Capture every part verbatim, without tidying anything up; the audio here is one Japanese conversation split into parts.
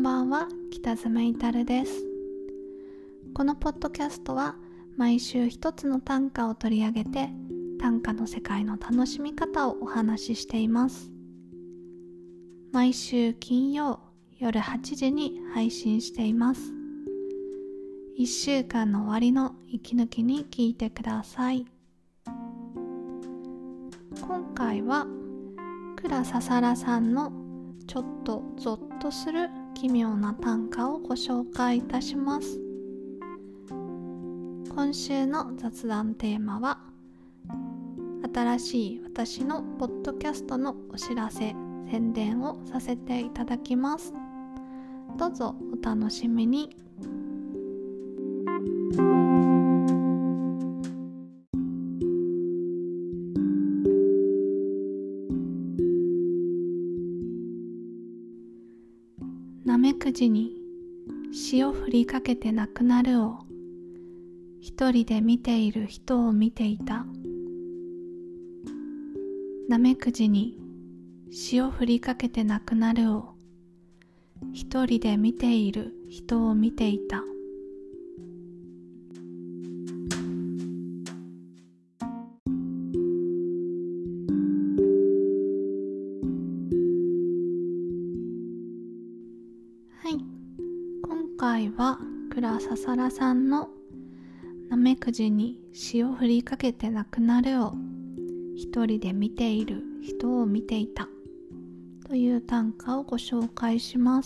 ばんは、北爪いたるです。このポッドキャストは毎週一つの短歌を取り上げて短歌の世界の楽しみ方をお話ししています。毎週金曜夜はちじに配信しています。いっしゅうかんの終わりの息抜きに聞いてください。今回は倉ささらさんのちょっとゾッとする奇妙な短歌をご紹介いたします。今週の雑談テーマは、新しい私のポッドキャストのお知らせ、宣伝をさせていただきます。どうぞお楽しみに。なめくじに塩振りかけてなくなるを一人で見ている人を見ていた。なめくじに塩振りかけてなくなるを一人で見ている人を見ていた。はい、今回は倉ささらさんのなめくじに塩振りかけてなくなるを一人で見ている人を見ていたという短歌をご紹介します。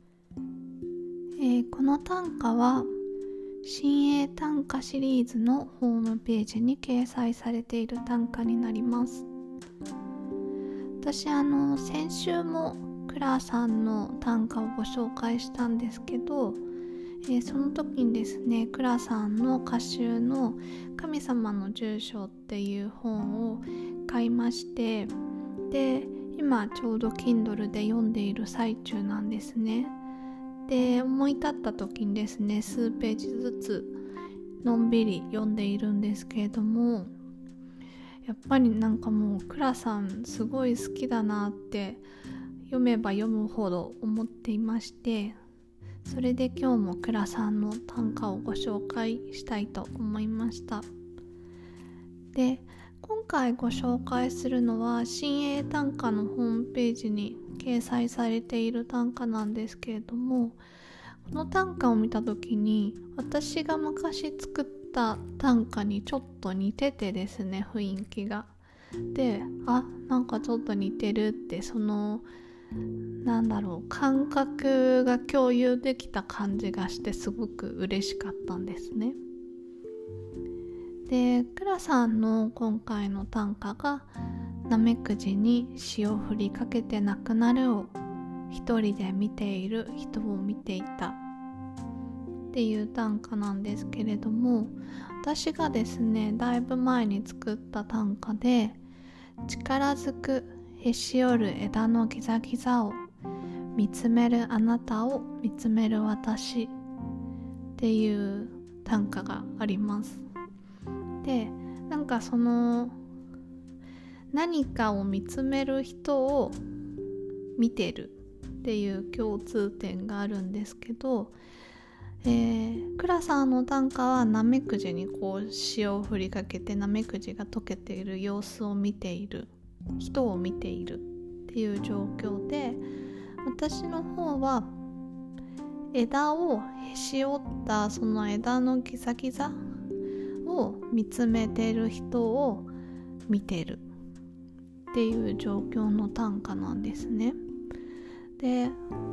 えー、この短歌は新鋭短歌シリーズのホームページに掲載されている短歌になります。私あの先週も倉さんの短歌をご紹介したんですけど、えー、その時にですね、倉さんの歌集の神様の住所っていう本を買いまして、で今ちょうど Kindle で読んでいる最中なんですね。で思い立った時にですね、数ページずつのんびり読んでいるんですけれども、やっぱりなんかもう倉さんすごい好きだなって読めば読むほど思っていまして、それで今日も倉さんの短歌をご紹介したいと思いました。で今回ご紹介するのは新鋭短歌のホームページに掲載されている短歌なんですけれども、この短歌を見た時に私が昔作った短歌にちょっと似ててですね、雰囲気が。で、あ、なんかちょっと似てるって、そのなんだろう、感覚が共有できた感じがしてすごく嬉しかったんですね。で、倉さんの今回の短歌がなめくじに塩振りかけてなくなるを一人で見ている人を見ていたっていう短歌なんですけれども、私がですねだいぶ前に作った短歌で、力ずくへし折る枝のギザギザを見つめるあなたを見つめる私っていう短歌があります。で、なんかその何かを見つめる人を見てるっていう共通点があるんですけど、えー、倉さんの短歌はなめくじにこう塩を振りかけてなめくじが溶けている様子を見ている人を見ているっていう状況で、私の方は枝をへし折ったその枝のギザギザを見つめている人を見てるっていう状況の短歌なんですね。で、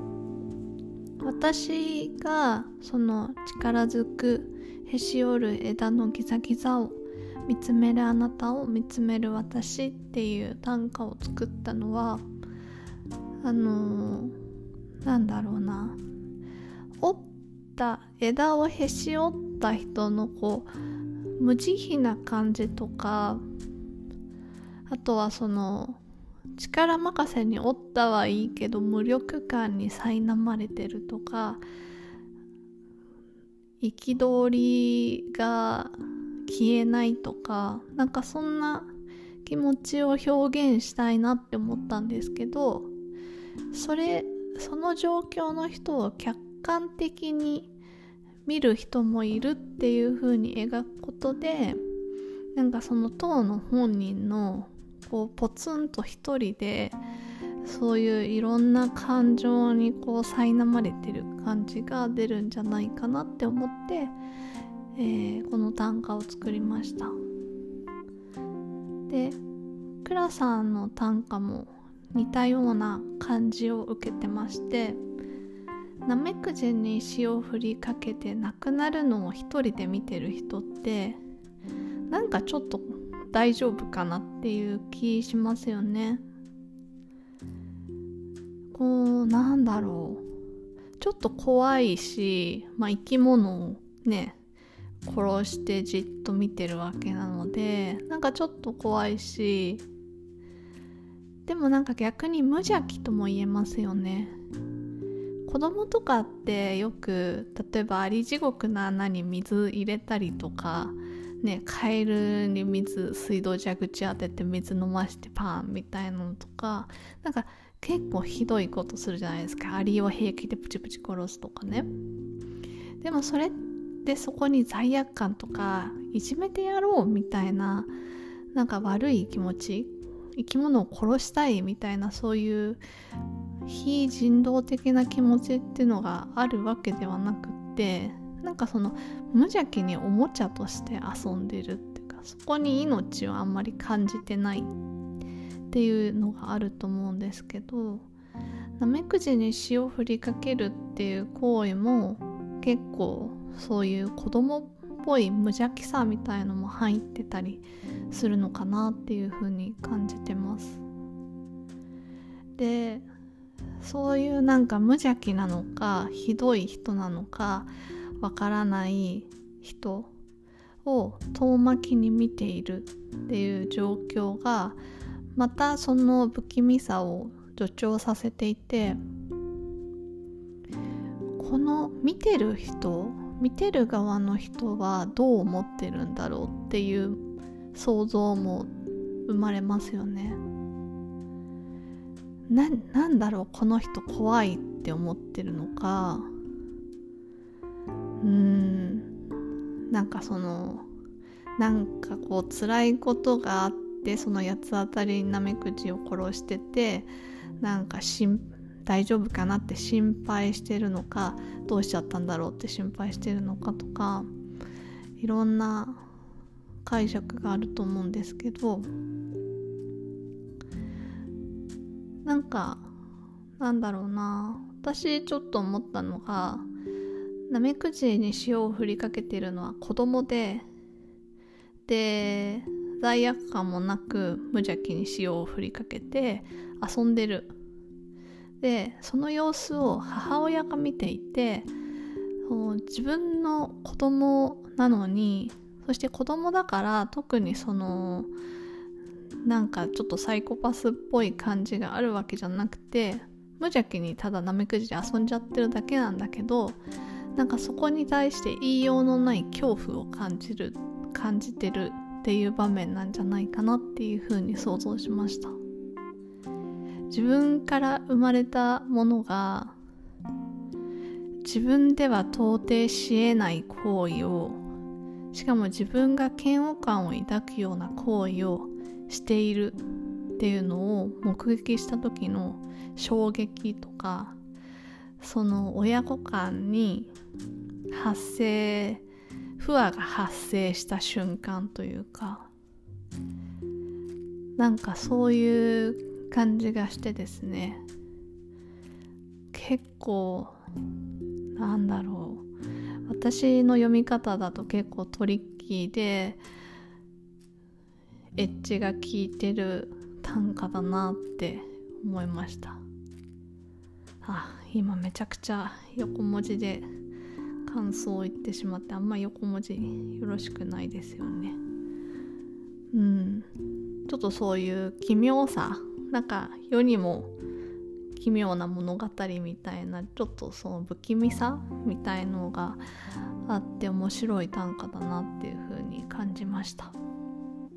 私がその力ずくへし折る枝のギザギザを見つめるあなたを見つめる私っていう短歌を作ったのは、あのー、なんだろうな、折った枝をへし折った人のこう無慈悲な感じとか、あとはその力任せに折ったはいいけど無力感に苛まれてるとか、憤りが消えないとか、なんかそんな気持ちを表現したいなって思ったんですけど、それその状況の人を客観的に見る人もいるっていう風に描くことで、なんかその当の本人のこうポツンと一人でそういういろんな感情にこう苛まれてる感じが出るんじゃないかなって思って、えー、この短歌を作りました。で、クラさんの短歌も似たような感じを受けてまして、ナメクジに塩を振りかけて亡くなるのを一人で見てる人ってなんかちょっと大丈夫かなっていう気しますよね。こうなんだろう、ちょっと怖いし、まあ、生き物をね殺してじっと見てるわけなので、なんかちょっと怖いし、でもなんか逆に無邪気とも言えますよね。子供とかってよく例えばアリ地獄の穴に水入れたりとかね、カエルに水水道蛇口当てて水飲ましてパンみたいなのとか、なんか結構ひどいことするじゃないですか。アリを平気でプチプチ殺すとかね。でもそれでそこに罪悪感とかいじめてやろうみたいな、なんか悪い気持ち、生き物を殺したいみたいな、そういう非人道的な気持ちっていうのがあるわけではなくって、なんかその無邪気におもちゃとして遊んでるっていうか、そこに命をあんまり感じてないっていうのがあると思うんですけど、ナメクジに塩を振りかけるっていう行為も結構そういう子供っぽい無邪気さみたいのも入ってたりするのかなっていう風に感じてます。で、そういうなんか無邪気なのかひどい人なのかわからない人を遠巻きに見ているっていう状況がまたその不気味さを助長させていて、この見てる人、見てる側の人はどう思ってるんだろうっていう想像も生まれますよね。な、なんだろう、この人怖いって思ってるのか、うーんなんかそのなんかこう辛いことがあって、その八つ当たりにナメクジを殺してて、なんかしん大丈夫かなって心配してるのか、どうしちゃったんだろうって心配してるのかとか、いろんな解釈があると思うんですけど、なんかなんだろうな、私ちょっと思ったのが、ナメクジに塩を振りかけてるのは子供で、で罪悪感もなく無邪気に塩を振りかけて遊んでる。でその様子を母親が見ていて、自分の子供なのに、そして子供だから特にそのなんかちょっとサイコパスっぽい感じがあるわけじゃなくて、無邪気にただナメクジで遊んじゃってるだけなんだけど、なんかそこに対して言いようのない恐怖を感じる感じてるっていう場面なんじゃないかなっていうふうに想像しました。自分から生まれたものが自分では到底し得ない行為を、しかも自分が嫌悪感を抱くような行為をしているっていうのを目撃した時の衝撃とか、その親子間に発生不和が発生した瞬間というか、なんかそういう感じがしてですね、結構なんだろう、私の読み方だと結構トリッキーでエッジが効いてる短歌だなって思いました。あ、今めちゃくちゃ横文字で感想を言ってしまって、あんま横文字よろしくないですよね。うん、ちょっとそういう奇妙さ、なんか世にも奇妙な物語みたいな、ちょっとその不気味さみたいのがあって面白い短歌だなっていう風に感じました。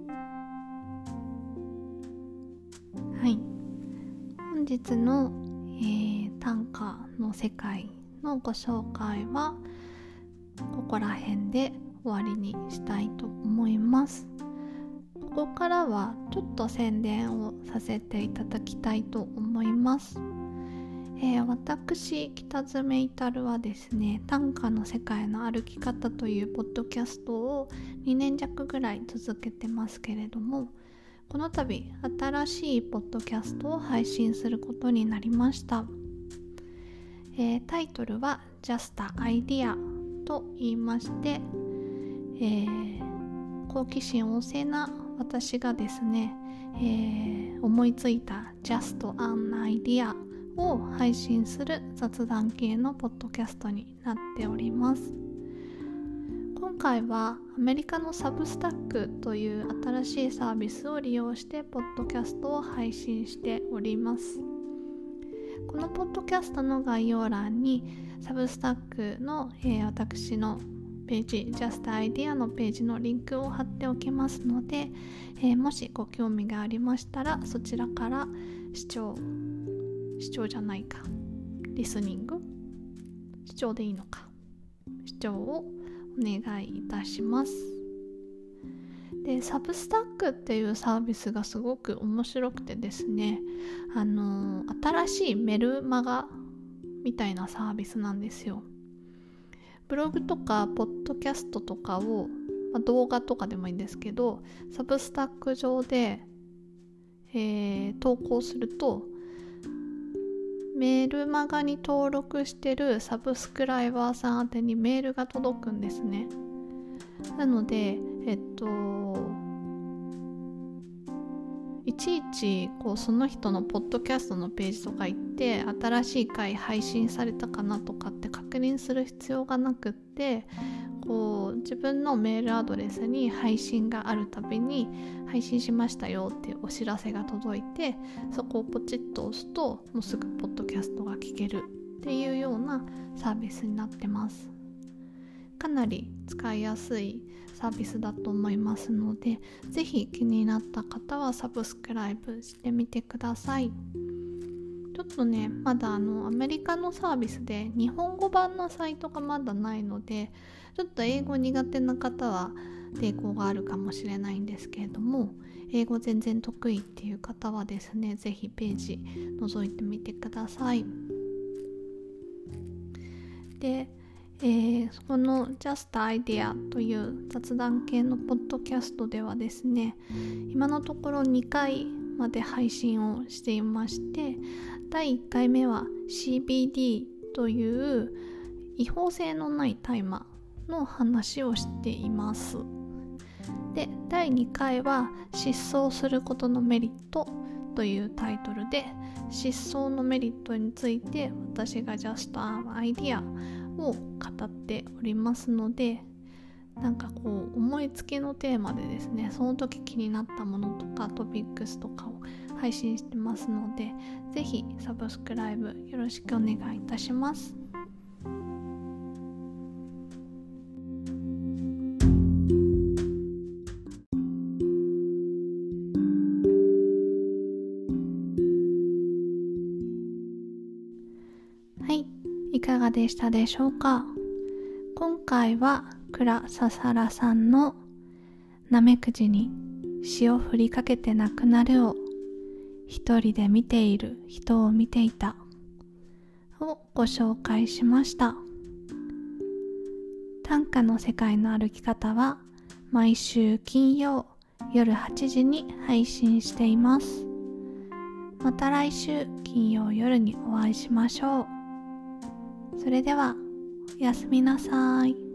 はい、本日のえー、短歌の世界のご紹介はここら辺で終わりにしたいと思います。ここからはちょっと宣伝をさせていただきたいと思います。えー、私北爪至はですね、短歌の世界の歩き方というポッドキャストをにねん弱ぐらい続けてますけれども、この度新しいポッドキャストを配信することになりました。えー、タイトルは Just an Idea と言いまして、えー、好奇心旺盛な私がですね、えー、思いついた Just an Idea を配信する雑談系のポッドキャストになっております。今回はアメリカのサブスタックという新しいサービスを利用してポッドキャストを配信しております。このポッドキャストの概要欄にサブスタックの、えー、私のページ Just Idea のページのリンクを貼っておきますので、えー、もしご興味がありましたらそちらから視聴視聴じゃないかリスニング視聴でいいのか視聴をお願いいたします。で、サブスタックっていうサービスがすごく面白くてですね、あのー、新しいメルマガみたいなサービスなんですよ。ブログとかポッドキャストとかを、まあ、動画とかでもいいんですけど、サブスタック上で、えー、投稿するとメルマガに登録してるサブスクライバーさん宛てにメールが届くんですね。なので、えっといちいちこうその人のポッドキャストのページとか行って新しい回配信されたかなとかって確認する必要がなくって、こう自分のメールアドレスに配信があるたびに配信しましたよっていうお知らせが届いて、そこをポチッと押すともうすぐポッドキャストが聞けるっていうようなサービスになってます。かなり使いやすいサービスだと思いますので、ぜひ気になった方はサブスクライブしてみてください。ちょっとね、まだあのアメリカのサービスで日本語版のサイトがまだないので、ちょっと英語苦手な方は抵抗があるかもしれないんですけれども、英語全然得意っていう方はですね、ぜひページ覗いてみてください。で、えー、この Just Idea という雑談系のポッドキャストではですね、今のところにかいまで配信をしていまして、だいいっかいめは シービーディー という違法性のない大麻の話をしています。で、だいにかいは失踪することのメリットというタイトルで、失踪のメリットについて私が Just an Idea を語っておりますので、なんかこう思いつきのテーマでですね、その時気になったものとかトピックスとかを配信してますので、ぜひサブスクライブよろしくお願いいたします。はい、いかがでしたでしょうか。今回は倉ささらさんのなめくじに塩振りかけてなくなるを一人で見ている人を見ていたをご紹介しました。短歌の世界の歩き方は毎週金曜夜はちじに配信しています。また来週金曜夜にお会いしましょう。それではおやすみなさい。